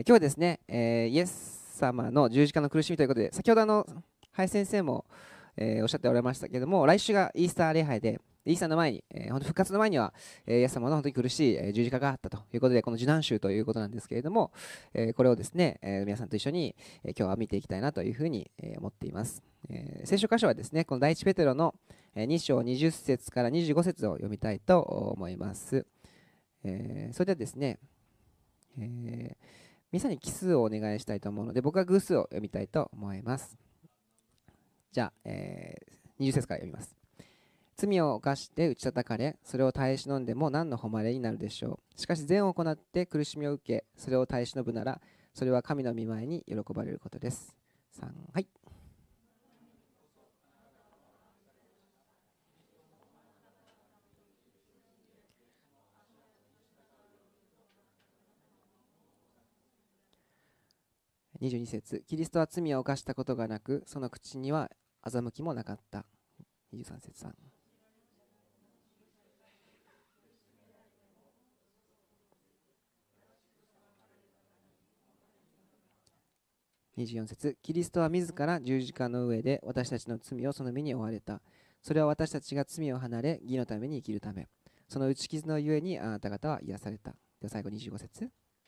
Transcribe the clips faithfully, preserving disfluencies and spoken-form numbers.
今日はですね、えーイエス様の十字架の苦しみということで、先ほどあの林先生も、えーおっしゃっておられましたけれども、来週がイースター礼拝で、イースターの前に、えー本当復活の前には、えーイエス様の本当に苦しい、えー十字架があったということで、この受難週ということなんですけれども、えーこれをですね、えー皆さんと一緒に、えー今日は見ていきたいなというふうに、えー思っています。えー聖書箇所はですね、この第一ペテロのえーに章にじゅっ節からにじゅうご節を読みたいと思います。えーそれではですね、えー皆さんに奇数をお願いしたいと思うので、僕は偶数を読みたいと思います。じゃあ、えー、にじゅう節から読みます。罪を犯して打ち叩かれ、それを耐え忍んでも何の誉れになるでしょう。しかし善を行って苦しみを受け、それを耐え忍ぶなら、それは神の御前に喜ばれることです。さん、はい。にじゅうに節、キリストは罪を犯したことがなく、その口には欺きもなかった。にじゅうさん節さん。にじゅうよん節、キリストは自ら十字架の上で私たちの罪をその身に負われた。それは私たちが罪を離れ、義のために生きるため。その打ち傷のゆえにあなた方は癒された。では最後にじゅうご節。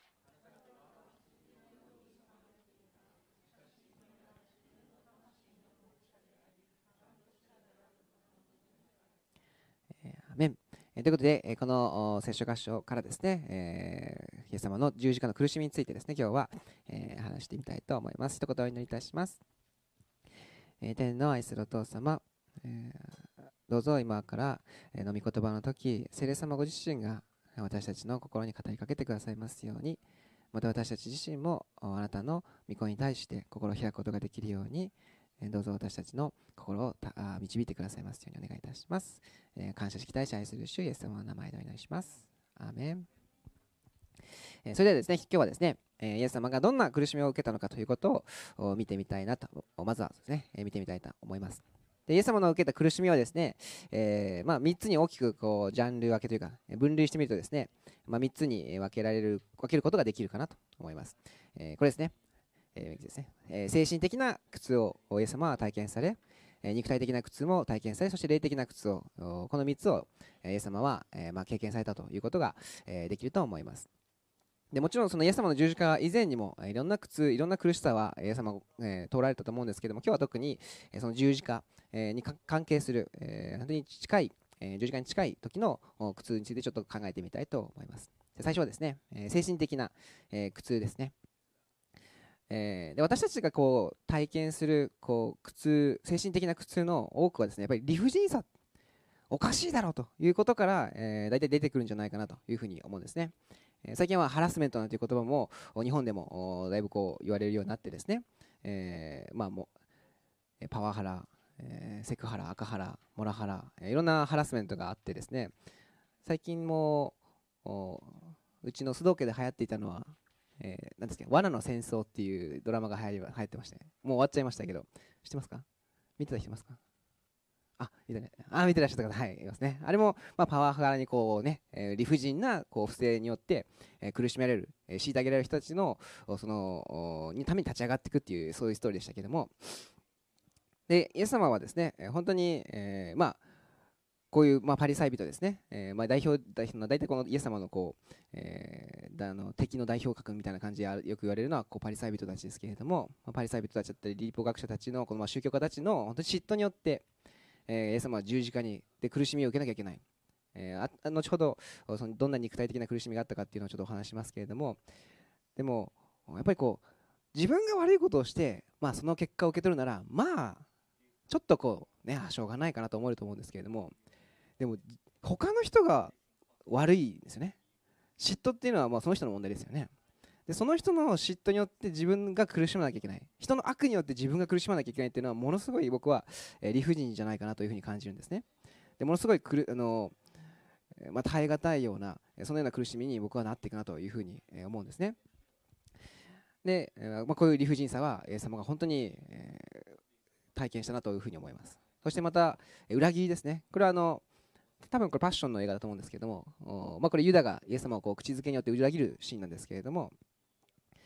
アメン。えーということで、えーこのお聖書箇所からですね、えーイエス様の十字架の苦しみについてですね、今日は、えー話してみたいと思います。一言お祈りいたします。えー天の愛するお父様、えーどうぞ今からえー飲み言葉の時、聖霊様ご自身が私たちの心に語りかけてくださいますように、また私たち自身もおあなたの御子に対して心を開くことができるように、えーどうぞ私たちの心をたあ導いてくださいますようにお願いいたします。えー感謝し期待し愛する主イエス様の名前でお祈りします。アーメン。えーそれではですね、今日はですね、えーイエス様がどんな苦しみを受けたのかということをお見てみたいなと、まずはですね、えー見てみたいと思います。でイエス様の受けた苦しみはですね、えーまあ、みっつに大きくこうジャンル分けというか分類してみるとですね、まあ、みっつに分けられる分けることができるかなと思います。えーこれですね、えーですねえー精神的な苦痛をイエス様は体験され、えー肉体的な苦痛も体験され、そして霊的な苦痛を、このみっつをイエス様は、えーまあ、経験されたということが、えーできると思います。でもちろんそのイエス様の十字架以前にもいろんな苦痛、いろんな苦しさはイエス様が、えー通られたと思うんですけども、今日は特にえーその十字架、えーにか関係する、えー本当に近い、えー十字架に近い時のお苦痛についてちょっと考えてみたいと思います。で最初はですね、えー精神的な、えー苦痛ですね。えーで私たちがこう体験するこう苦痛、精神的な苦痛の多くはですね、やっぱり理不尽さ、おかしいだろうということから、えー、大体出てくるんじゃないかなというふうに思うんですね。えー最近はハラスメントなんていう言葉も日本でもだいぶこう言われるようになってですね、えーまあ、もうパワハラ、えーセクハラ、アカハラ、モラハラ、えーいろんなハラスメントがあってですね、最近もうちの須藤家で流行っていたのは、えー、なんですか、罠の戦争っていうドラマが流行り流行ってまして、もう終わっちゃいましたけど、知ってますか？見てた人いますか？あ、見てね、あ、見てらっしゃった方、はい、いますね。あれも、まあ、パワハラにこうね、えー理不尽なこう不正によって、えー苦しめられる、えー虐げられる人たちの、その、にために立ち上がっていくっていう、そういうストーリーでしたけども、で、イエス様はですね、えー本当に、えーまあ、こういう、まあ、パリサイ人ですね、えーまあ、代表、代表の大体このイエス様のこう、えーだあの敵の代表格みたいな感じでよく言われるのはこうパリサイ人たちですけれども、まあ、パリサイ人たちだったり、立法学者たちのこのまあ宗教家たちの本当に嫉妬によって、えーイエス様は十字架にで苦しみを受けなきゃいけない。えーああ後ほどそのどんな肉体的な苦しみがあったかっていうのをちょっとお話しますけれども、でもやっぱりこう自分が悪いことをして、まあ、その結果を受け取るなら、まあちょっとこうね、しょうがないかなと思えると思うんですけれども、でも他の人が悪いんですよね。嫉妬っていうのはまあその人の問題ですよね。でその人の嫉妬によって自分が苦しまなきゃいけない、人の悪によって自分が苦しまなきゃいけないっていうのはものすごい僕は、えー理不尽じゃないかなというふうに感じるんですね。でものすごいくるあの、まあ、耐え難いようなそのような苦しみに僕はなっていくなというふうに思うんですね。で、まあ、こういう理不尽さはイエス様が本当に、えー体験したなというふうに思います。そしてまた裏切りですね。これはあの多分これパッションの映画だと思うんですけども、まあ、これユダがイエス様をこう口づけによって裏切るシーンなんですけれども、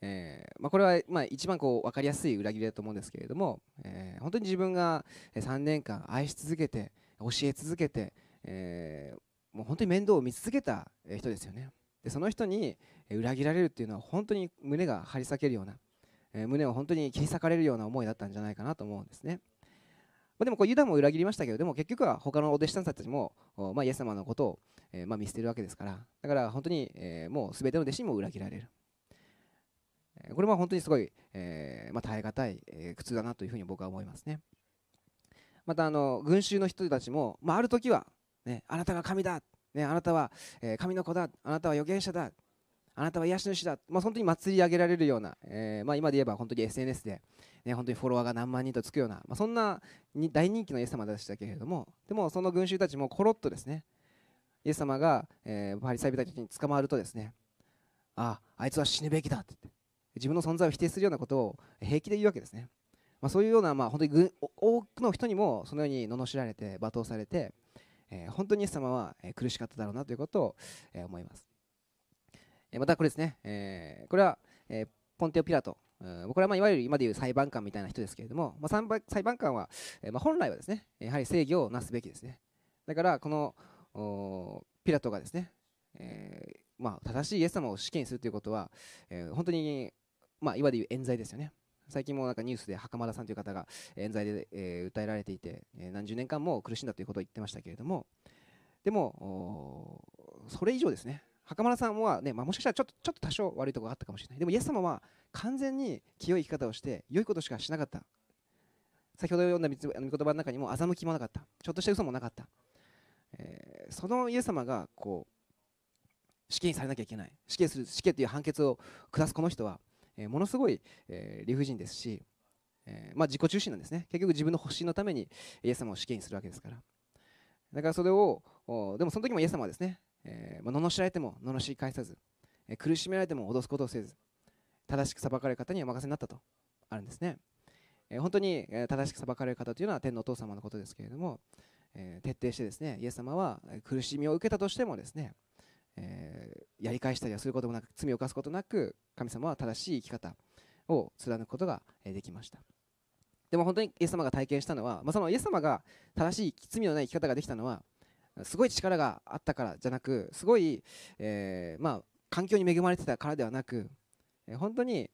えーまあ、これはまあ一番こう分かりやすい裏切りだと思うんですけれども、えー本当に自分がさんねんかん愛し続けて教え続けて、えーもう本当に面倒を見続けた人ですよね。でその人に裏切られるっていうのは本当に胸が張り裂けるような、えー胸を本当に切り裂かれるような思いだったんじゃないかなと思うんですね。まあ、でもこうユダも裏切りましたけど、でも結局は他のお弟子さんたちも、おまあ、イエス様のことを、えーまあ、見捨てるわけですから、だから本当に、えーもう全ての弟子にも裏切られる。えーこれも本当にすごい、えーまあ、耐え難い、えー苦痛だなというふうに僕は思いますね。またあの群衆の人たちも、まあ、ある時は、ね、あなたが神だ、ね、あなたは、えー神の子だ、あなたは預言者だ、あなたは癒し主だ、まあ、本当に祭り上げられるような、えーまあ、今で言えば本当に エスエヌエス で、ね、本当にフォロワーが何万人とつくような、まあ、そんなに大人気のイエス様でしたけれども、でもその群衆たちもコロッとですね、イエス様が、えーパリサイ人たちに捕まるとですね、ああ、あいつは死ぬべきだって言って、自分の存在を否定するようなことを平気で言うわけですね。まあ、そういうような、まあ、本当にぐ多くの人にもそのように罵られて罵倒されて、えー本当にイエス様はえー苦しかっただろうなということをえー思います。えーまたこれですね、えーこれは、えーポンテオ・ピラト、うんこれはまあいわゆる今でいう裁判官みたいな人ですけれども、まあ、裁判裁判官は、えーまあ、本来はですね、やはり正義をなすべきですね。だからこのおピラトがですね、えーまあ、正しいイエス様を死刑にするということは、えー本当に、まあ、いわゆる冤罪ですよね。最近もなんかニュースで袴田さんという方が冤罪で、えー訴えられていて、えー何十年間も苦しんだということを言ってましたけれども、でもそれ以上ですね、袴田さんはね、まあ、もしかしたらちょっとちょっと多少悪いところがあったかもしれない。でもイエス様は完全に清い生き方をして良いことしかしなかった。先ほど読んだ御言葉の中にも欺きもなかった、ちょっとした嘘もなかった。えーそのイエス様がこう死刑にされなきゃいけない、死刑する死刑という判決を下すこの人は、えーものすごい、えー理不尽ですし、えーまあ、自己中心なんですね。結局自分の保身のためにイエス様を死刑にするわけですから。だからそれをおでもその時もイエス様はですね、えーまあ、罵られても罵り返さず、えー苦しめられても脅すことをせず、正しく裁かれる方にはお任せになったとあるんですね。えー本当にえー正しく裁かれる方というのは天のお父様のことですけれども、えー徹底してですね、イエス様はえー苦しみを受けたとしてもですね、えーやり返したりはすることもなく、罪を犯すことなく、神様は正しい生き方を貫くことがえーできました。でも本当にイエス様が体験したのは、まあ、そのイエス様が正しい罪のない生き方ができたのはすごい力があったからじゃなく、すごい、えーまあ、環境に恵まれてたからではなく、えー本当にイ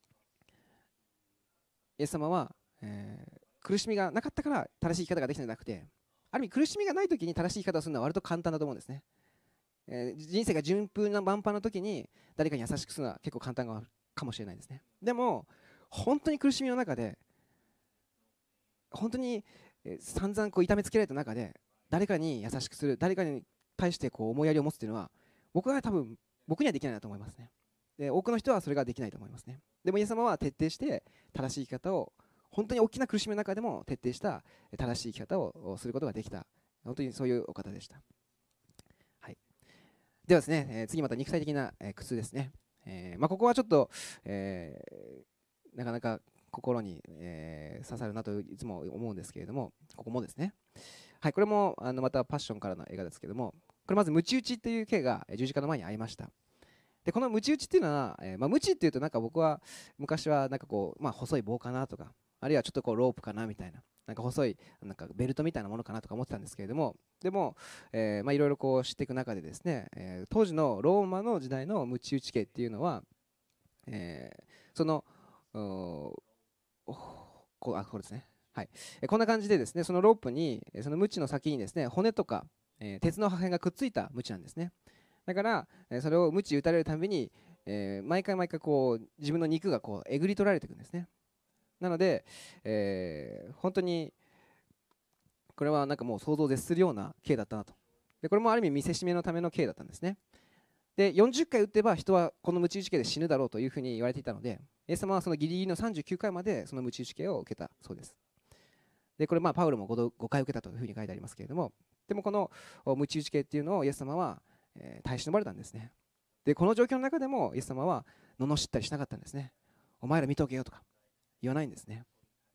エス様は、えー苦しみがなかったから正しい生き方ができたんじゃなくて、ある意味苦しみがない時に正しい生き方をするのは割と簡単だと思うんですね。えー人生が順風な万端の時に誰かに優しくするのは結構簡単かもしれないですね。でも本当に苦しみの中で、本当にえー散々こう痛めつけられた中で誰かに優しくする、誰かに対してこう思いやりを持つというのは、僕は多分僕にはできないなと思いますね。で多くの人はそれができないと思いますね。でもイエス様は徹底して正しい生き方を、本当に大きな苦しみの中でも徹底した正しい生き方をすることができた、本当にそういうお方でした。はい、ではですね、えー次また肉体的な、えー苦痛ですね。えーまあ、ここはちょっと、えーなかなか心に、えー刺さるなといつも思うんですけれども、ここもですね、はい、これもあのまたパッションからの映画ですけれども、これまずムチ打ちという刑がえー十字架の前にありました。でこのムチ打ちっていうのは、えーまあ、ムチっていうとなんか僕は昔はなんかこう、まあ、細い棒かなとか、あるいはちょっとこうロープかなみたいな、なんか細いなんかベルトみたいなものかなとか思ってたんですけれども、でも、えーまあ、いろいろこう知っていく中でですね、えー当時のローマの時代のムチ打ち刑っていうのは、えーそのおこうあこれですね、はい、えーこんな感じでですね、そのロープにえーそのムチの先にですね骨とか、えー鉄の破片がくっついたムチなんですね。だから、えーそれを鞭打たれるたびに、えー毎回毎回こう自分の肉がこうえぐり取られていくんですね。なので、えー本当にこれはなんかもう想像を絶するような刑だったなと。でこれもある意味見せしめのための刑だったんですね。でよんじゅっかい打てば人はこの鞭打ち刑で死ぬだろうというふうに言われていたので、イエス様はそのギリギリのさんじゅうきゅうかいまでその鞭打ち刑を受けたそうです。でこれまあパウロも 5, 度ごかい受けたというふうに書いてありますけれども、でもこの鞭打ち刑っていうのをイエス様は、えー耐え忍ばれたんですね。でこの状況の中でもイエス様は罵ったりしなかったんですね。お前ら見とけよとか言わないんですね。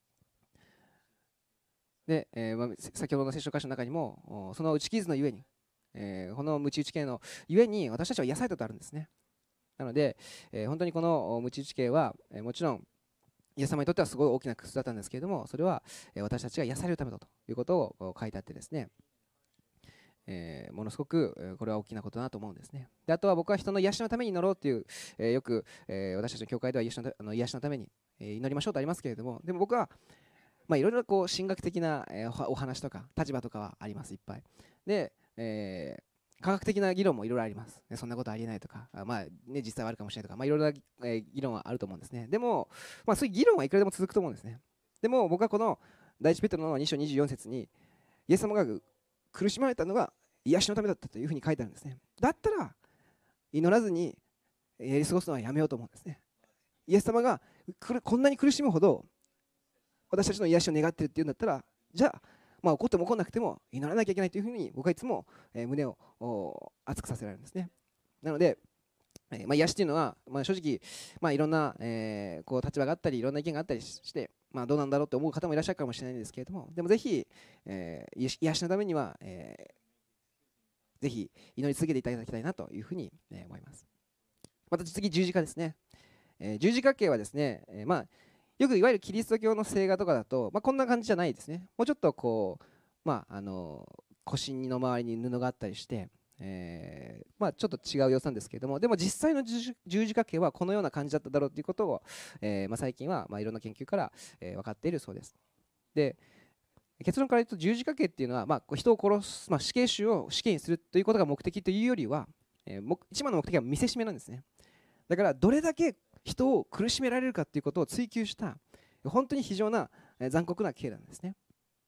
で、えーまあ、先ほどの聖書箇所の中にもその打ち傷のゆえに、えーこの鞭打ち刑のゆえに私たちは癒されたとあるんですね。 なので、えー本当にこの鞭打ち刑は、えーもちろんイエス様にとってはすごい大きな苦痛だったんですけれども、それはえー私たちが癒されるためだということをこう書いてあってですね、えーものすごくえーこれは大きなことだなと思うんですね。であとは僕は人の癒しのために祈ろうという、えーよく、えー私たちの教会では癒しのたあの癒しのために、えー祈りましょうとありますけれども、でも僕はまあいろいろこう神学的な、えーおお話とか立場とかはあります、いっぱい。で、えー科学的な議論もいろいろあります。ねそんなことありえないとか、あまあね、実際はあるかもしれないとか、まあ、いろいろな、えー議論はあると思うんですね。でも、まあ、そういう議論はいくらでも続くと思うんですね。でも僕はこの第一ペテロのに章にじゅうよん節に、イエス様が苦しまれたのが癒しのためだったというふうに書いてあるんですね。だったら、祈らずにやり過ごすのはやめようと思うんですね。イエス様がこんなに苦しむほど私たちの癒しを願っているっていうんだったら、じゃあ、まあ、怒っても怒らなくても祈らなきゃいけないというふうに僕はいつも、えー胸をお熱くさせられるんですね。なので、えーまあ、癒しというのは、まあ、正直、まあ、いろんな、えーこう立場があったりいろんな意見があったりして、まあ、どうなんだろうって思う方もいらっしゃるかもしれないんですけれども、でもぜひ、えー癒し癒しのためには、えーぜひ祈り続けていただきたいなというふうに、えー思います。また次、十字架ですね。えー十字架形はですね、えーまあ、よくいわゆるキリスト教の聖画とかだと、まあ、こんな感じじゃないですね。もうちょっとこう、まあ、あの腰の周りに布があったりして、えーまあ、ちょっと違う様子なんですけれども、でも実際の十字十字架形はこのような感じだっただろうということを、えーまあ、最近はまあいろんな研究から、えー分かっているそうです。で、結論から言うと十字架形っていうのは、まあ、こう人を殺す、まあ、死刑囚を死刑にするということが目的というよりは、えー目一番の目的は見せしめなんですね。だからどれだけ人を苦しめられるかということを追求した本当に非常なえー残酷な刑なんですね。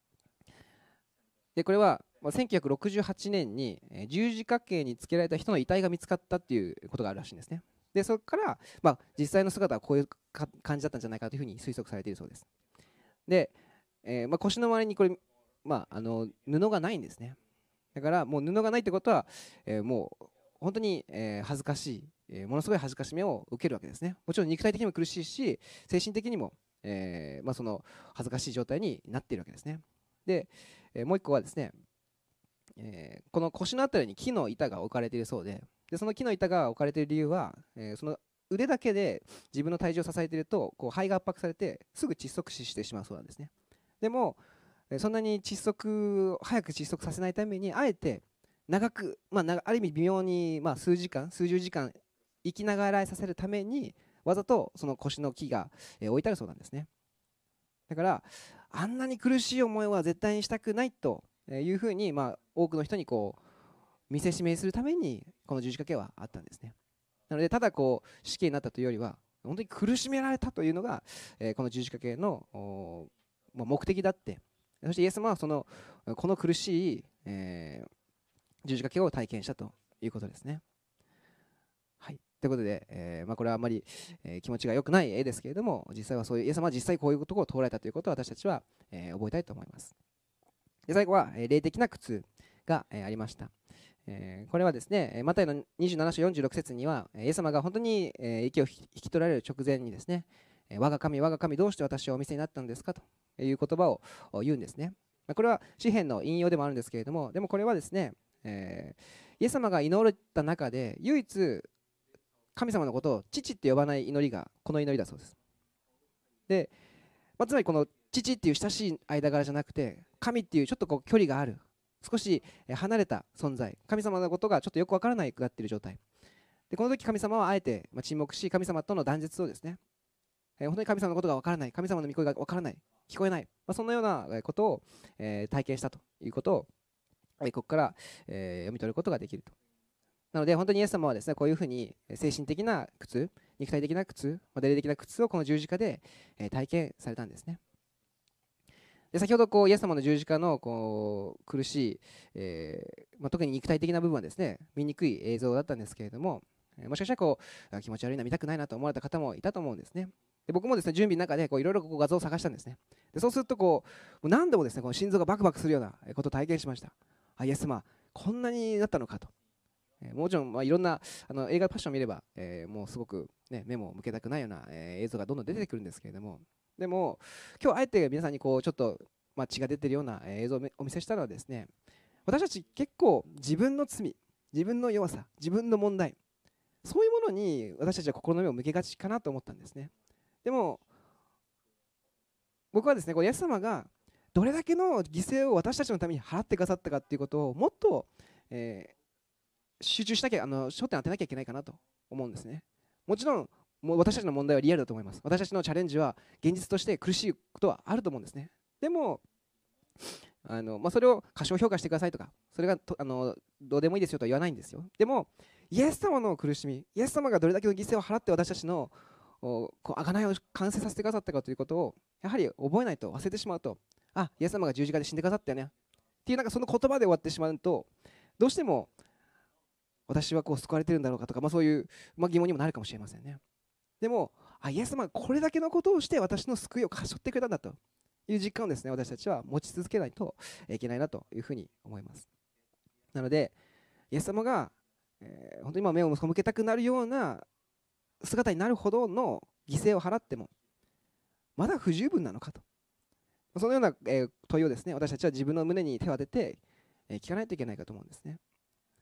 でこれはまあせんきゅうひゃくろくじゅうはちねんにえー十字架形につけられた人の遺体が見つかったっていうことがあるらしいんですね。でそこから、まあ、実際の姿はこういうか感じだったんじゃないかというふうに推測されているそうです。で、えーまあ、腰の周りにこれ、まあ、あの布がないんですね。だからもう布がないってことは、えーもう本当に、えー恥ずかしい、えーものすごい恥ずかしめを受けるわけですね。もちろん肉体的にも苦しいし精神的にも、えーまあ、その恥ずかしい状態になっているわけですね。で、えーもう一個はですね、えーこの腰のあたりに木の板が置かれているそうで、でその木の板が置かれている理由は、えーその腕だけで自分の体重を支えているとこう肺が圧迫されてすぐ窒息死してしまうそうなんですね。でもえーそんなに窒息早く窒息させないためにあえて長く、まあ、長ある意味微妙に、まあ、数時間数十時間生きながらえさせるためにわざとその腰の木が、えー置いてあるそうなんですね。だからあんなに苦しい思いは絶対にしたくないというふうに、まあ、多くの人にこう見せしめするためにこの十字架刑はあったんですね。なのでただこう死刑になったというよりは本当に苦しめられたというのが、えーこの十字架刑のおまあ目的だって、そしてイエス様はそのこの苦しい、えー十字架刑を体験したということですね。はい、ということで、えーまあ、これはあまり、えー気持ちが良くない絵ですけれども、実際はそういうイエス様は実際こういうところを通られたということを私たちは、えー覚えたいと思います。で最後は、えー霊的な苦痛が、えーありました。えーこれはですね、マタイのにじゅうなな章よんじゅうろく節には、イエス様が本当に、えー息を引き取られる直前にですね、我が神、我が神、どうして私をお見せになったんですかという言葉を言うんですね。これは詩篇の引用でもあるんですけれども、でもこれはですね、えーイエス様が祈った中で唯一神様のことを父って呼ばない祈りがこの祈りだそうです。で、まあ、つまりこの父っていう親しい間柄じゃなくて神っていうちょっとこう距離がある少し離れた存在、神様のことがちょっとよくわからないくなっている状態で、この時神様はあえて沈黙し神様との断絶をですね、えー本当に神様のことがわからない、神様の御声がわからない、聞こえない、まあ、そんなようなことを、えー体験したということを、えーここから、えー読み取ることができると。なので本当にイエス様はですねこういうふうに精神的な苦痛、肉体的な苦痛、霊的な苦痛をこの十字架で体験されたんですね。で先ほどこうイエス様の十字架のこう苦しい、えーまあ、特に肉体的な部分はですね見にくい映像だったんですけれども、もしかしたらこう気持ち悪いな、見たくないなと思われた方もいたと思うんですね。で僕もですね準備の中でいろいろ画像を探したんですね。でそうするとこう何度もですねこの心臓がバクバクするようなことを体験しました。あ、イエス様こんなになったのかと。えーもちろん、まあ、いろんなあの映画パッションを見れば、えーもうすごく、ね、目も向けたくないような、えー映像がどんどん出てくるんですけれども、でも今日あえて皆さんにこうちょっと、まあ、血が出ているような、えー映像をお見せしたのはですね、私たち結構自分の罪、自分の弱さ、自分の問題、 そういうものに私たちは心の目を向けがちかなと思ったんですね。でも僕はですね、こうイエス様がどれだけの犠牲を私たちのために払ってくださったかっていうことをもっと、えー集中しなきゃ、あの焦点を当てなきゃいけないかなと思うんですね。もちろんもう私たちの問題はリアルだと思います。私たちのチャレンジは現実として苦しいことはあると思うんですね。でもあの、まあ、それを過小評価してくださいとか、それがとあのどうでもいいですよとは言わないんですよ。でもイエス様の苦しみ、イエス様がどれだけの犠牲を払って私たちのおこう贖いを完成させてくださったかということをやはり覚えないと、忘れてしまうと、あ、イエス様が十字架で死んでくださったよねっていう、なんかその言葉で終わってしまうと、どうしても私はこう救われてるんだろうかとか、まあ、そういう、まあ、疑問にもなるかもしれませんね。でもあ、イエス様がこれだけのことをして私の救いを勝ち取ってくれたんだという実感をですね、私たちは持ち続けないといけないなというふうに思います。なのでイエス様が、えー本当に今目を背けたくなるような姿になるほどの犠牲を払ってもまだ不十分なのかと、そのような、えー問いをですね、私たちは自分の胸に手を当てて、えー聞かないといけないかと思うんですね。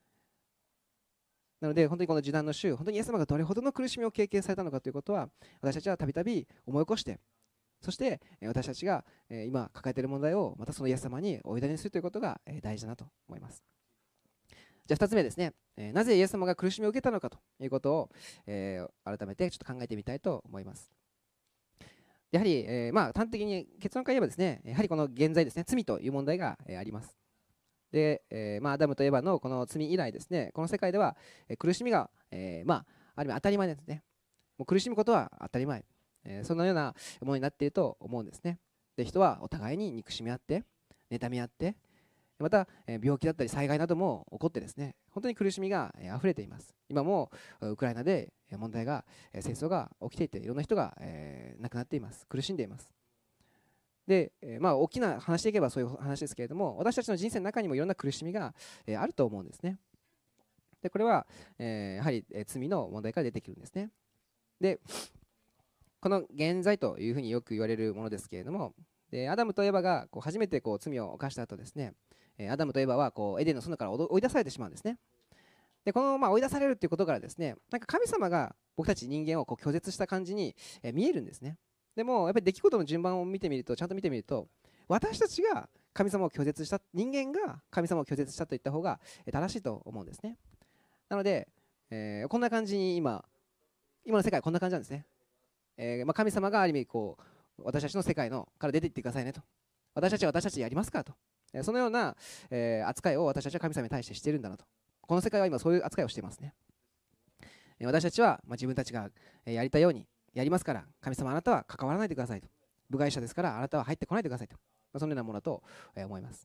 なので本当にこの受難の週、本当にイエス様がどれほどの苦しみを経験されたのかということは私たちはたびたび思い起こして、そしてえー私たちがえー今抱えている問題をまたそのイエス様にお委ねにするということがえー大事だなと思います。じゃあふたつめですね、えーなぜイエス様が苦しみを受けたのかということを、えー改めてちょっと考えてみたいと思います。やはり、えーまあ、端的に結論から言えばですね、やはりこの現在ですね、罪という問題が、えーあります。で、えーまあ、アダムとエバのこの罪以来ですね、この世界では、えー苦しみが、えーまあ、ある意味当たり前ですね。もう苦しむことは当たり前、えーそのようなものになっていると思うんですね。で、人はお互いに憎しみ合って、妬み合って、また、えー病気だったり災害なども起こってですね、本当に苦しみが、えー溢れています。今もウクライナでえー問題が、えー戦争が起きていて、いろんな人が、えー亡くなっています。苦しんでいます。で、えーまあ、大きな話でいけばそういう話ですけれども、私たちの人生の中にもいろんな苦しみが、えーあると思うんですね。で、これは、えーやはり、えー罪の問題から出てくるんですね。で、この現在というふうによく言われるものですけれども、でアダムとエバがこう初めてこう罪を犯した後ですね、えーアダムとエバはこうエデンの園から追い出されてしまうんですね。でこのまあ追い出されるということからですね、なんか神様が僕たち人間をこう拒絶した感じに、えー見えるんですね。でもやっぱり出来事の順番を見てみると、ちゃんと見てみると、私たちが神様を拒絶した、人間が神様を拒絶したといった方がえー正しいと思うんですね。なので、えーこんな感じに今今の世界はこんな感じなんですね。えーまあ、神様がある意味こう私たちの世界のから出ていってくださいねと、私たちは私たちでやりますからと、えーそのような、えー扱いを私たちは神様に対してしているんだなと、この世界は今そういう扱いをしていますね。えー私たちは、まあ、自分たちがえーやりたいようにやりますから、神様あなたは関わらないでくださいと、部外者ですからあなたは入ってこないでくださいと、まあ、そのようなものだとえー思います。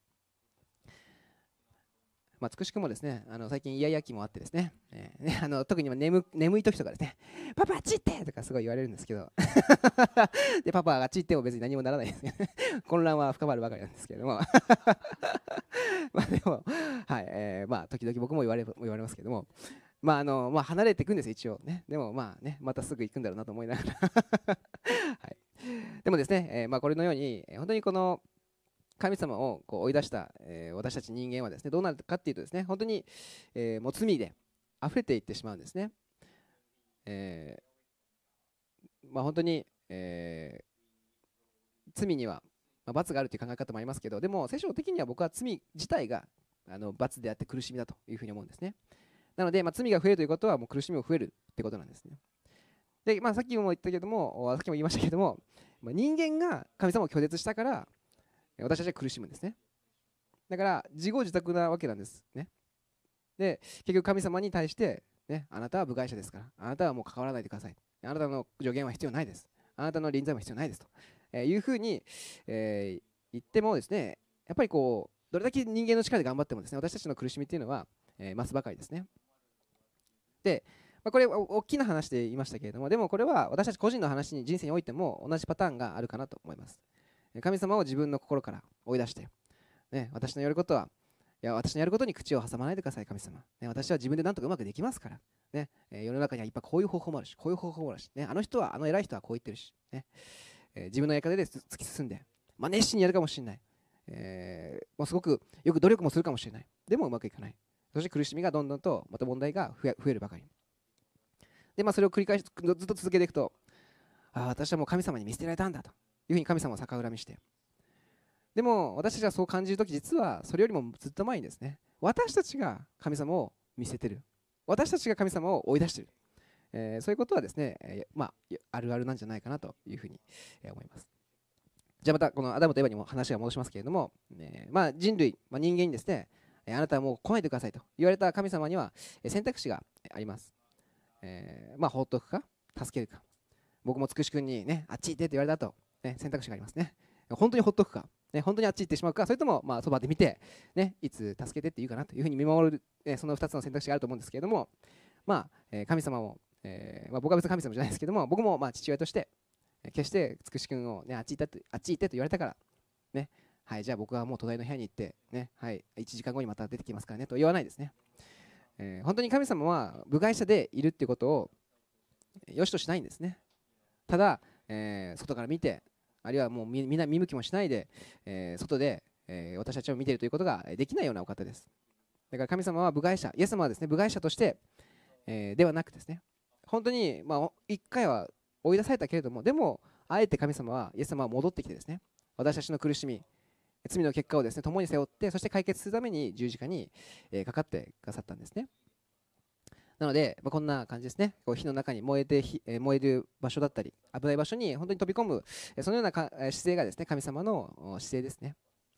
まあ、つくしくもですね、あの最近イヤイヤ期もあってですね、えーねあの特に眠眠い時とかですね、パパあっち行ってとかすごい言われるんですけどでパパがあっち行っても別に何もならないですね混乱は深まるばかりなんですけれどもまあでも、はいえーまあ、時々僕も言われ言われますけども、まああのまあ、離れていくんです一応ね。でもまあね、またすぐ行くんだろうなと思いながらはい、でもですね、えーまあ、これのように本当にこの神様をこう追い出した、えー私たち人間はですね、どうなるかっていうとですね、本当に、えーもう罪で溢れていってしまうんですね。えーまあ、本当に、えー罪には、まあ、罰があるという考え方もありますけど、でも聖書的には僕は罪自体があの罰であって苦しみだというふうに思うんですね。なので、まあ、罪が増えるということはもう苦しみも増えるってことなんですね。で、まあ、さっきも言ったけども、さっきも言いましたけども、まあ、人間が神様を拒絶したから私たちは苦しむんですね。だから自業自得なわけなんですね。で、結局神様に対して、ね、あなたは部外者ですから、あなたはもう関わらないでください。あなたの助言は必要ないです。あなたの臨在も必要ないですと、えーいうふうに、えー言ってもですね、やっぱりこう、どれだけ人間の力で頑張ってもですね、私たちの苦しみっていうのは、えー増すばかりですね。で、まあ、これ大きな話で言いましたけれども、でもこれは私たち個人の話に人生においても同じパターンがあるかなと思います。神様を自分の心から追い出して、ね、私のやることは、いや私のやることに口を挟まないでください、神様。ね、私は自分でなんとかうまくできますから。ねえー世の中にはいっぱいこういう方法もあるし、こういう方法もあるし、ね、あの人は、あの偉い人はこう言ってるし、ねえー自分のやり方で突き進んで、まあ、熱心にやるかもしれない。えーもうすごくよく努力もするかもしれない。でもうまくいかない。そして苦しみがどんどんとまた問題が増え増えるばかり。 で、まあ、それを繰り返しずっと続けていくと、ああ私はもう神様に見捨てられたんだというふうに神様を逆恨みして、でも私たちがそう感じるとき、実はそれよりもずっと前にですね、私たちが神様を見捨ててる、私たちが神様を追い出している、えーそういうことはですね、えーまあ、あるあるなんじゃないかなというふうにえー思います。じゃあまたこのアダムとエバにも話が戻しますけれども、えーまあ、人類、まあ、人間にですね、えーあなたはもう来ないでくださいと言われた神様にはえー選択肢があります。えーまあ、放っておくか助けるか、僕もつくし君にね、あっち行ってって言われた後、ね、選択肢がありますね。本当にほっとくか、ね、本当にあっち行ってしまうか、それともまあそばで見て、ね、いつ助けてって言うかなというふうに見守る、えーそのふたつの選択肢があると思うんですけれども、まあえー神様も、えーまあ、僕は別に神様じゃないですけども、僕もまあ父親として、えー決してつくし君を、ね、あっち行ったってあっち行ってと言われたから、ね、はい、じゃあ僕はもう隣の部屋に行って、ね、はい、いちじかんごにまた出てきますからねと言わないですね。えー本当に神様は部外者でいるっていうことを良しとしないんですね。ただ、えー外から見て、あるいはもうみみんな見向きもしないで、えー外で、えー私たちを見ているということができないようなお方です。だから神様は部外者、イエス様はですね、部外者として、えーではなくですね、本当に、まあ、一回は追い出されたけれども、でも、あえて神様は、イエス様は戻ってきてですね、私たちの苦しみ、罪の結果をですね、共に背負って、そして解決するために十字架に、えーかかってくださったんですね。なので、まあ、こんな感じですね。こう火の中に燃えて火、えー燃える場所だったり、危ない場所に本当に飛び込む、えーそのようなかえー姿勢がですね、神様のお姿勢ですね。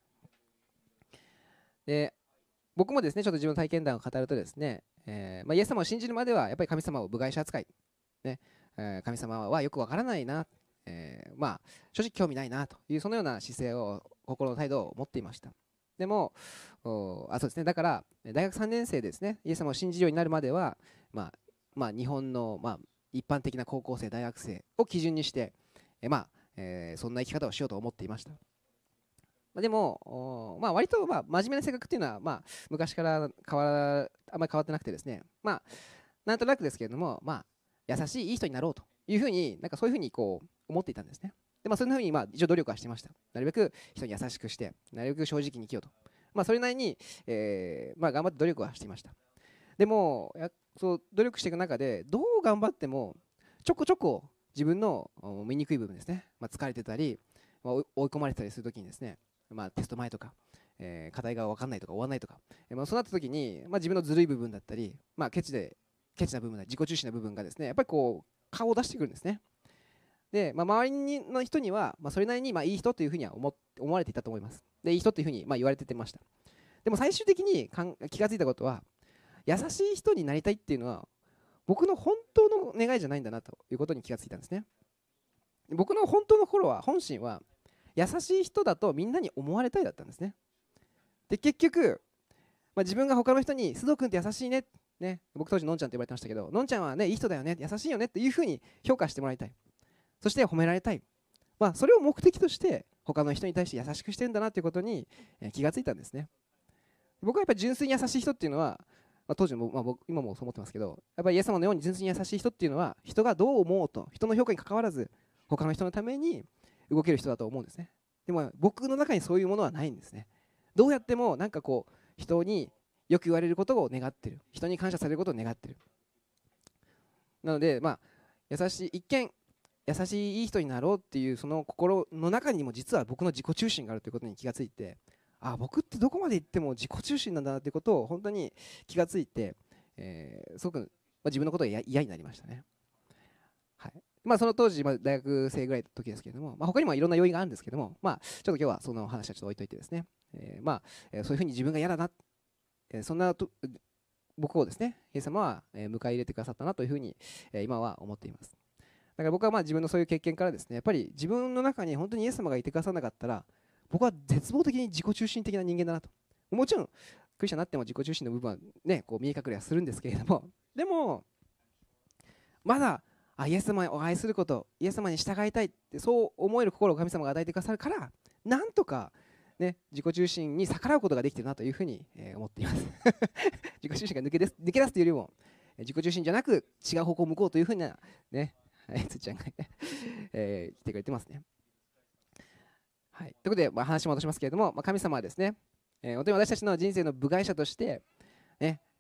で、僕もですね、ちょっと自分の体験談を語るとですね、えーまあ、イエス様を信じるまでは、やっぱり神様を部外者扱い、ねえー神様はよくわからないな、えーまあ、正直興味ないなという、そのような姿勢を、心の態度を持っていました。でも、おあそうですね、だから、大学さんねん生でですね、イエス様を信じるようになるまでは、まあまあ、日本の、まあ、一般的な高校生、大学生を基準にして、えーまあえーそんな生き方をしようと思っていました。まあでも、おまあ、割と、まあ、真面目な性格っていうのは、まあ、昔から変わらあんまり変わってなくてですね、まあ、なんとなくですけれども、まあ、優しい、いい人になろうというふうに、なんかそういうふうにこう思っていたんですね。で、まあ、そんなふうに、まあ、一応努力はしてました。なるべく人に優しくして、なるべく正直に生きようと。まあ、それなりに、えーまあ、頑張って努力はしていました。でも、やそう努力していく中で、どう頑張っても、ちょこちょこ自分のお醜い部分ですね、まあ、疲れてたり、まあ、追い追い込まれてたりするときにですね、まあ、テスト前とか、えー課題が分かんないとか終わらないとか、えーまあ、そうなったときに、まあ、自分のずるい部分だったり、まあ、ケチでケチな部分だ自己中心な部分がですね、やっぱりこう顔を出してくるんですね。で、まあ、周りにの人には、まあ、それなりにまあいい人というふうには思っ思われていたと思います。で、いい人というふうにまあ言われててました。でも最終的にかん気がついたことは、優しい人になりたいっていうのは僕の本当の願いじゃないんだなということに気がついたんですね。僕の本当の頃は、本心は優しい人だとみんなに思われたいだったんですね。で、結局、まあ、自分が他の人に須藤君って優しいね、ね、僕当時のんちゃんって呼ばれてましたけど、のんちゃんはねいい人だよね、優しいよねっていうふうに評価してもらいたい、そして褒められたい、まあ、それを目的として他の人に対して優しくしてるんだなということにえー気がついたんですね。僕はやっぱり純粋に優しい人っていうのは、まあ、当時も、まあ、僕今もそう思ってますけど、やっぱりイエス様のように純粋に優しい人っていうのは、人がどう思おうと、人の評価に関わらず他の人のために動ける人だと思うんですね。でも僕の中にそういうものはないんですね。どうやってもなんかこう人によく言われることを願ってる、人に感謝されることを願ってる。なので、まあ、優しい、一見優しいいい人になろうっていうその心の中にも実は僕の自己中心があるということに気がついて、あ、僕ってどこまで行っても自己中心なんだなということを本当に気がついて、えーすごく、まあ、自分のことが嫌になりましたね。はい、まあ、その当時、まあ、大学生ぐらいの時ですけれども、まあ、他にもいろんな要因があるんですけども、まあ、ちょっと今日はその話はちょっと置いといてですね、えーまあ、えーそういうふうに自分が嫌だな、えーそんなと僕をですね、イエス様はえー迎え入れてくださったなというふうに、えー今は思っています。だから僕はまあ自分のそういう経験からですね、やっぱり自分の中に本当にイエス様がいてくださらなかったら、僕は絶望的に自己中心的な人間だなと。もちろん、クリスチャンになっても自己中心の部分はね、こう見え隠れはするんですけれども、でも、まだ、あ、イエス様を愛すること、イエス様に従いたいって、そう思える心を神様が与えてくださるから、なんとか、ね、自己中心に逆らうことができているなというふうに、えー思っています。自己中心が抜け出す抜け出すというよりも、自己中心じゃなく違う方向を向こうというふうな、ね、はい、つっちゃんが、えー来てくれてますね。はい、ということで、まあ、話戻しますけれども、まあ、神様はですね、えー本当に私たちの人生の部外者として、ね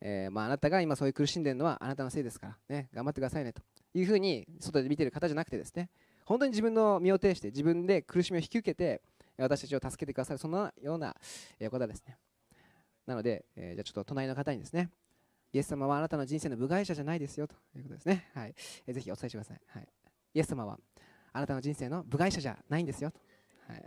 えーまあ、あなたが今そういう苦しんでいるのはあなたのせいですから、ね、頑張ってくださいねというふうに外で見ている方じゃなくてですね、本当に自分の身を挺して自分で苦しみを引き受けて私たちを助けてくださる、そのような方ですね。なので、えー、じゃあちょっと隣の方にですね、イエス様はあなたの人生の部外者じゃないですよということですね。はい、えー、ぜひお伝えしてください。はい、イエス様はあなたの人生の部外者じゃないんですよと。はい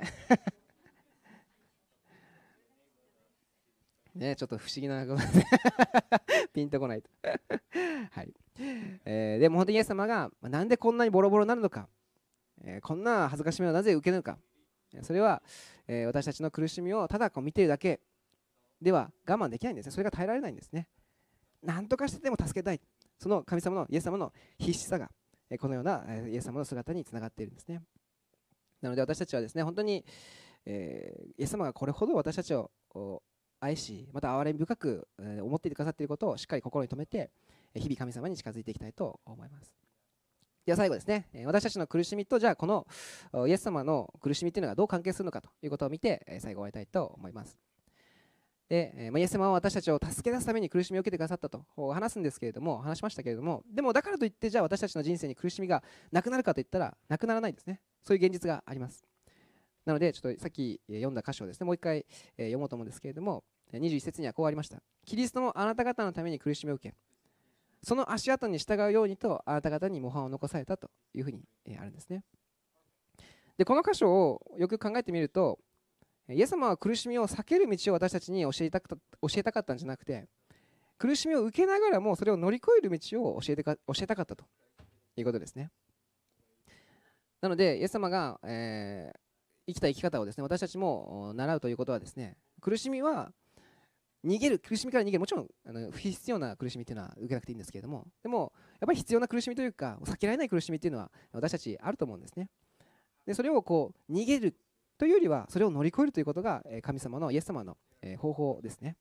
ね、ちょっと不思議なことでピンとこないとはい、えー、でも本当にイエス様がなんでこんなにボロボロになるのか、えー、こんな恥ずかしめをなぜ受けるのか、それは、えー、私たちの苦しみをただこう見ているだけでは我慢できないんですね。それが耐えられないんですね。何とかしてでも助けたい、その神様のイエス様の必死さが、えー、このような、えー、イエス様の姿につながっているんですね。なので私たちはですね、本当に、えー、イエス様がこれほど私たちを愛し、また憐れみ深く思っていてくださっていることをしっかり心に留めて、日々神様に近づいていきたいと思います。では最後ですね、私たちの苦しみと、じゃあこのイエス様の苦しみというのがどう関係するのかということを見て、最後終わりたいと思います。で、イエス様は私たちを助け出すために苦しみを受けてくださったと話すんですけれども、話しましたけれども、でもだからといって、じゃあ私たちの人生に苦しみがなくなるかといったら、なくならないですね。そういう現実があります。なので、ちょっとさっき読んだ箇所をですね、もう一回読もうと思うんですけれども、にじゅういち節にはこうありました。キリストもあなた方のために苦しみを受け、その足跡に従うようにとあなた方に模範を残されたというふうにあるんですね。で、この箇所をよく考えてみると、イエス様は苦しみを避ける道を私たちに教えたかった、教えたかったんじゃなくて、苦しみを受けながらもそれを乗り越える道を教えてか教えたかったということですね。なので、イエス様が、えー、生きた生き方をですね、私たちも習うということはですね、苦しみは逃げる、苦しみから逃げる、もちろんあの不必要な苦しみというのは受けなくていいんですけれども、でもやっぱり必要な苦しみというか避けられない苦しみというのは私たちあると思うんですね。でそれをこう逃げるというよりはそれを乗り越えるということが神様のイエス様の方法ですね。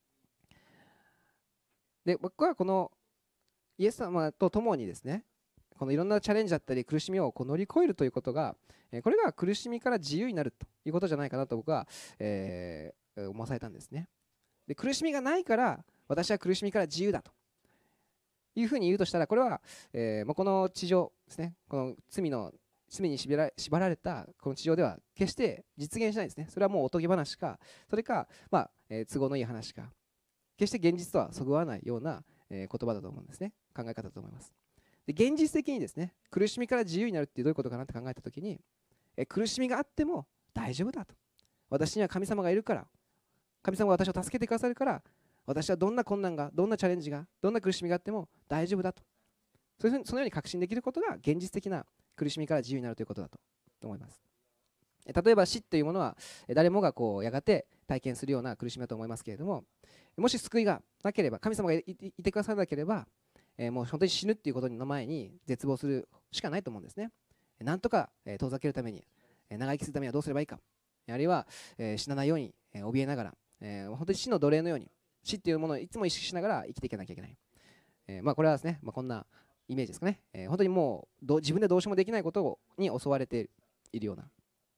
で僕はこのイエス様と共にですね、このいろんなチャレンジだったり苦しみをこう乗り越えるということが、これが苦しみから自由になるということじゃないかなと僕は、えー、思わされたんですね。で苦しみがないから私は苦しみから自由だというふうに言うとしたら、これは、えーまあ、この地上ですね、この罪の罪に縛ら縛られたこの地上では決して実現しないですね。それはもうおとぎ話か、それか、まあえー、都合のいい話か、決して現実とはそぐわないような、えー、言葉だと思うんですね。考え方だと思います。で現実的にですね、苦しみから自由になるってどういうことかなって考えたときに、え苦しみがあっても大丈夫だと、私には神様がいるから、神様が私を助けてくださるから、私はどんな困難が、どんなチャレンジが、どんな苦しみがあっても大丈夫だと、そういうふうにそのように確信できることが現実的な苦しみから自由になるということだと思います。例えば死というものは誰もがこうやがて体験するような苦しみだと思いますけれども、もし救いがなければ、神様がいてくださらなければ、えー、もう本当に死ぬっていうことの前に絶望するしかないと思うんですね。なんとか、えー、遠ざけるために、えー、長生きするためにはどうすればいいか、あるいは、えー、死なないように、えー、怯えながら、えー、本当に死の奴隷のように死っていうものをいつも意識しながら生きていかなきゃいけない、えーまあ、これはですね、まあ、こんなイメージですかね、えー、本当にもうど自分でどうしようもできないことに襲われているような、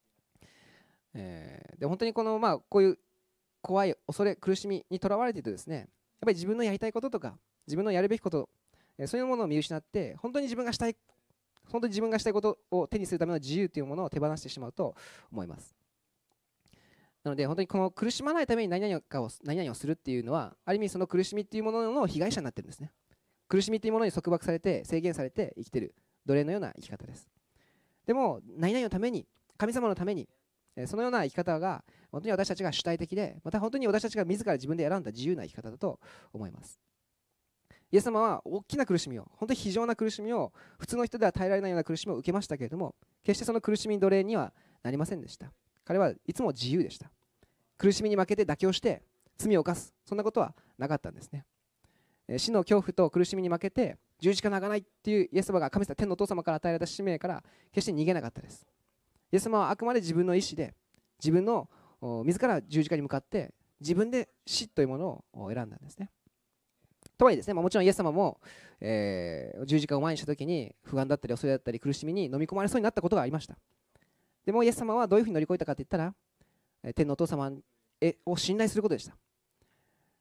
えー、で本当にこの、まあ、こういう怖い恐れ苦しみにとらわれているとですね、やっぱり自分のやりたいこととか自分のやるべきこと、そういうものを見失って、本当に自分がしたい、本当に自分がしたいことを手にするための自由というものを手放してしまうと思います。なので、本当にこの苦しまないために何々かを何々をするっていうのは、ある意味その苦しみっていうものの被害者になってるんですね。苦しみっていうものに束縛されて、制限されて生きている奴隷のような生き方です。でも、何々のために、神様のために、そのような生き方が本当に私たちが主体的で、また本当に私たちが自ら自分で選んだ自由な生き方だと思います。イエス様は大きな苦しみを、本当に非常な苦しみを、普通の人では耐えられないような苦しみを受けましたけれども、決してその苦しみ奴隷にはなりませんでした。彼はいつも自由でした。苦しみに負けて妥協して罪を犯す、そんなことはなかったんですね。死の恐怖と苦しみに負けて十字架の贖いっていうイエス様が神様天のお父様から与えられた使命から決して逃げなかったです。イエス様はあくまで自分の意思で、自分の自ら十字架に向かって自分で死というものを選んだんですね。とはいえですね、まあ、もちろんイエス様も、えー、十字架を前にしたときに不安だったり恐れだったり苦しみに飲み込まれそうになったことがありました。でもイエス様はどういうふうに乗り越えたかといったら、天のお父様を信頼することでした。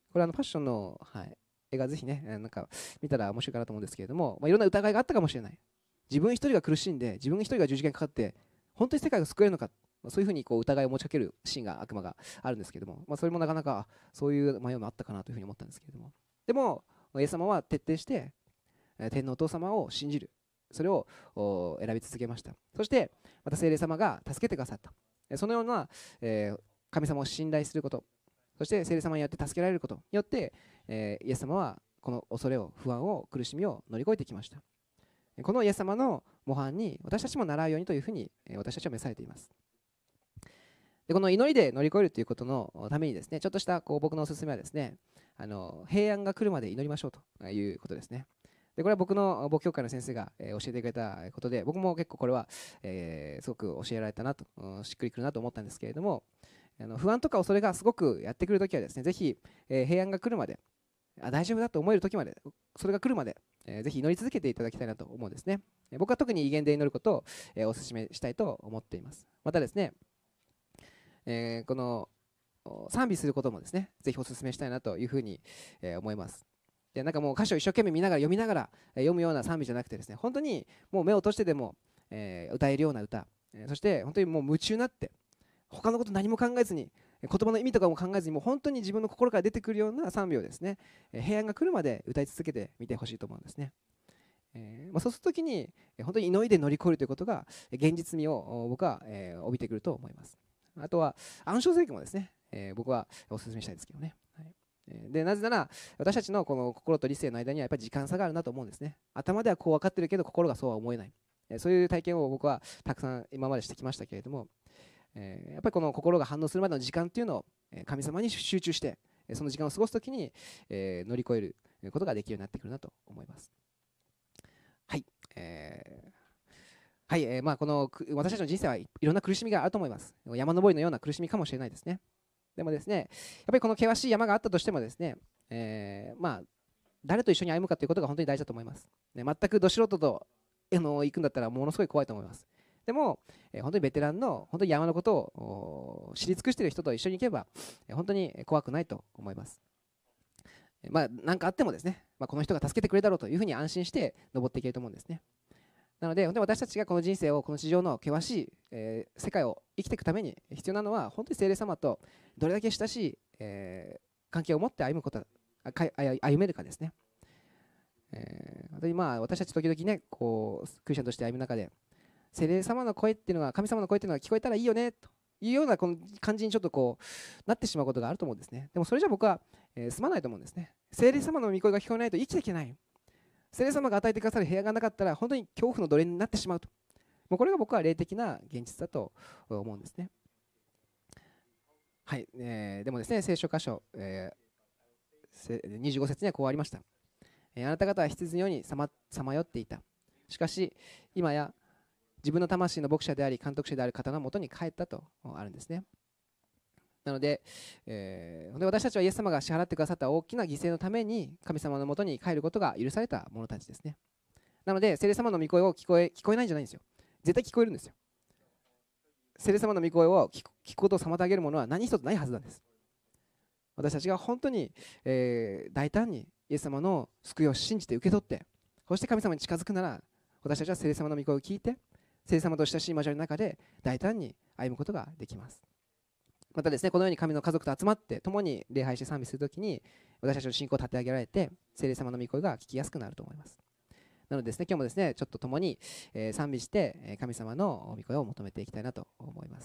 これはあのファッションの、はい、映画ぜひね、なんか見たら面白いかなと思うんですけれども、まあ、いろんな疑いがあったかもしれない。自分一人が苦しんで、自分一人が十字架にかかって、本当に世界が救えるのか、まあ、そういうふうにこう疑いを持ちかけるシーンが悪魔があるんですけれども、まあ、それもなかなかそういう迷いもあったかなというふうに思ったんですけれども、でも、イエス様は徹底して、天皇お父様を信じる。それを選び続けました。そして、また聖霊様が助けてくださった。そのような、えー、神様を信頼すること、そして聖霊様によって助けられることによって、えー、イエス様はこの恐れを、不安を、苦しみを乗り越えてきました。このイエス様の模範に私たちも習うようにというふうに私たちは召されています。でこの祈りで乗り越えるということのためにですね、ちょっとしたこう僕のおすすめはですね、あの平安が来るまで祈りましょうということですね。でこれは僕の母教会の先生が、えー、教えてくれたことで、僕も結構これは、えー、すごく教えられたなと、うん、しっくりくるなと思ったんですけれども、あの不安とか恐れがすごくやってくるときはですね、ぜひ、えー、平安が来るまで、あ大丈夫だと思えるときまで、それが来るまで、えー、ぜひ祈り続けていただきたいなと思うんですね。僕は特に威厳で祈ることを、えー、お勧めしたいと思っています。またですね、えー、この賛美することもですね、ぜひお勧めしたいなというふうに、えー、思います。でなんかもう歌詞を一生懸命見ながら読みながら、えー、読むような賛美じゃなくてですね、本当にもう目を閉じてでも、えー、歌えるような歌、えー、そして本当にもう夢中になって他のこと何も考えずに、言葉の意味とかも考えずに、もう本当に自分の心から出てくるような賛美をですね、えー、平安が来るまで歌い続けてみてほしいと思うんですね。えーまあ、そうするときに本当に祈りで乗り越えるということが現実味を僕は、えー、帯びてくると思います。あとは暗唱聖句もですね、えー、僕はお勧めしたいですけどね。はい、でなぜなら私たちのこの心と理性の間にはやっぱり時間差があるなと思うんですね。頭ではこう分かってるけど心がそうは思えない、えー、そういう体験を僕はたくさん今までしてきましたけれども、えー、やっぱりこの心が反応するまでの時間っていうのを神様に集中してその時間を過ごすときに、えー、乗り越えることができるようになってくるなと思います。はい、えーはい、えーまあ、この私たちの人生はいろんな苦しみがあると思います。山登りのような苦しみかもしれないですね。でもですね、やっぱりこの険しい山があったとしてもですね、えー、まあ誰と一緒に歩むかということが本当に大事だと思います。ね、全くど素人とあの行くんだったらものすごい怖いと思います。でも、えー、本当にベテランの本当に山のことを知り尽くしている人と一緒に行けば、えー、本当に怖くないと思います。まあ、何かあってもですね、まあ、この人が助けてくれるだろうというふうに安心して登っていけると思うんですね。なので、本当に私たちがこの人生を、この地上の険しい、えー、世界を生きていくために必要なのは、本当に聖霊様とどれだけ親しい、えー、関係を持って歩むこと、歩めるかですね。えー、本当にまあ私たち時々ね、こうクリスチャンとして歩む中で、聖霊様の声っていうのが、神様の声っていうのが聞こえたらいいよねというようなこの感じにちょっとこうなってしまうことがあると思うんですね。でもそれじゃ僕は、えー、済まないと思うんですね。聖霊様の御声が聞こえないと生きていけない。聖霊様が与えてくださる部屋がなかったら本当に恐怖の奴隷になってしまうと。もうこれが僕は霊的な現実だと思うんですね。はい、えー、でもですね、聖書箇所、えー、にじゅうご節にはこうありました。えー、あなた方は羊のようにさまさまよっていた。しかし、今や自分の魂の牧者であり、監督者である方のもとに帰ったとあるんですね。なので、えー、私たちはイエス様が支払ってくださった大きな犠牲のために神様のもとに帰ることが許された者たちですね。なので、聖霊様の御声を聞こえ、聞こえないんじゃないんですよ。絶対聞こえるんですよ。聖霊様の御声を聞く、聞くことを妨げるものは何一つないはずなんです。私たちが本当に、えー、大胆にイエス様の救いを信じて受け取って、そして神様に近づくなら、私たちは聖霊様の御声を聞いて、聖霊様と親しい交わりの中で大胆に歩むことができます。またですね、このように神の家族と集まって共に礼拝して賛美するときに、私たちの信仰を立て上げられて、聖霊様の御声が聞きやすくなると思います。なのでですね、今日もですね、ちょっと共に、えー、賛美して、えー、神様の御声を求めていきたいなと思います。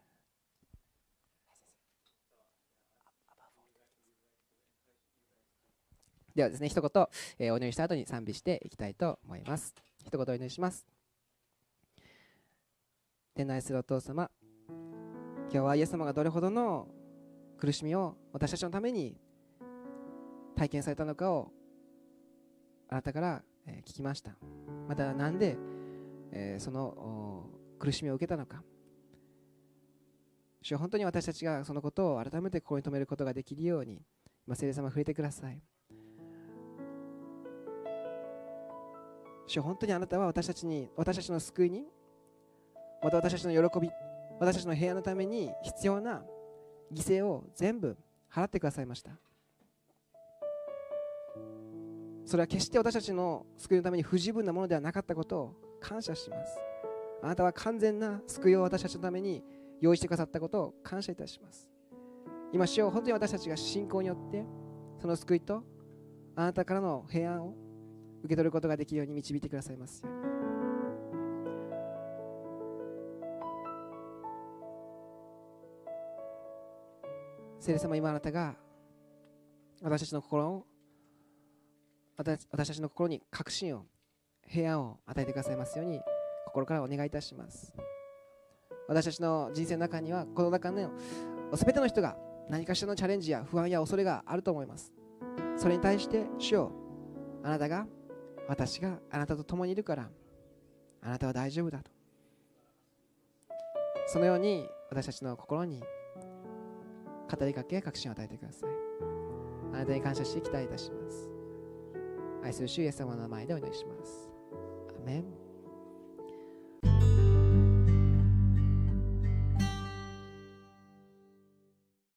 ではですね、一言、えー、お祈りした後に賛美していきたいと思います。一言お祈りします。天の愛するお父様、今日はイエス様がどれほどの苦しみを私たちのために体験されたのかをあなたから聞きました。また何で、えー、その苦しみを受けたのか、主は本当に私たちがそのことを改めて心に留めることができるように、今聖霊様触れてください。主は本当にあなたは私たちに、私たちの救いに、また私たちの喜び、私たちの平安のために必要な犠牲を全部払ってくださいました。 それは決して私たちの救いのために不十分なものではなかったことを感謝します。あなたは完全な救いを私たちのために用意してくださったことを感謝いたします。今、主よ、本当に私たちが信仰によってその救いとあなたからの平安を受け取ることができるように導いてくださいますように。聖霊様、今あなたが私たちの心を私たちの心に確信を、平安を与えてくださいますように心からお願いいたします。私たちの人生の中には、この中のすべての人が何かしらのチャレンジや不安や恐れがあると思います。それに対して主よ、あなたが、私があなたと共にいるからあなたは大丈夫だと、そのように私たちの心に語りかけ、確信を与えてください。あなたに感謝して期待いたします。愛する主イエス様の名前でお祈りします。アメン。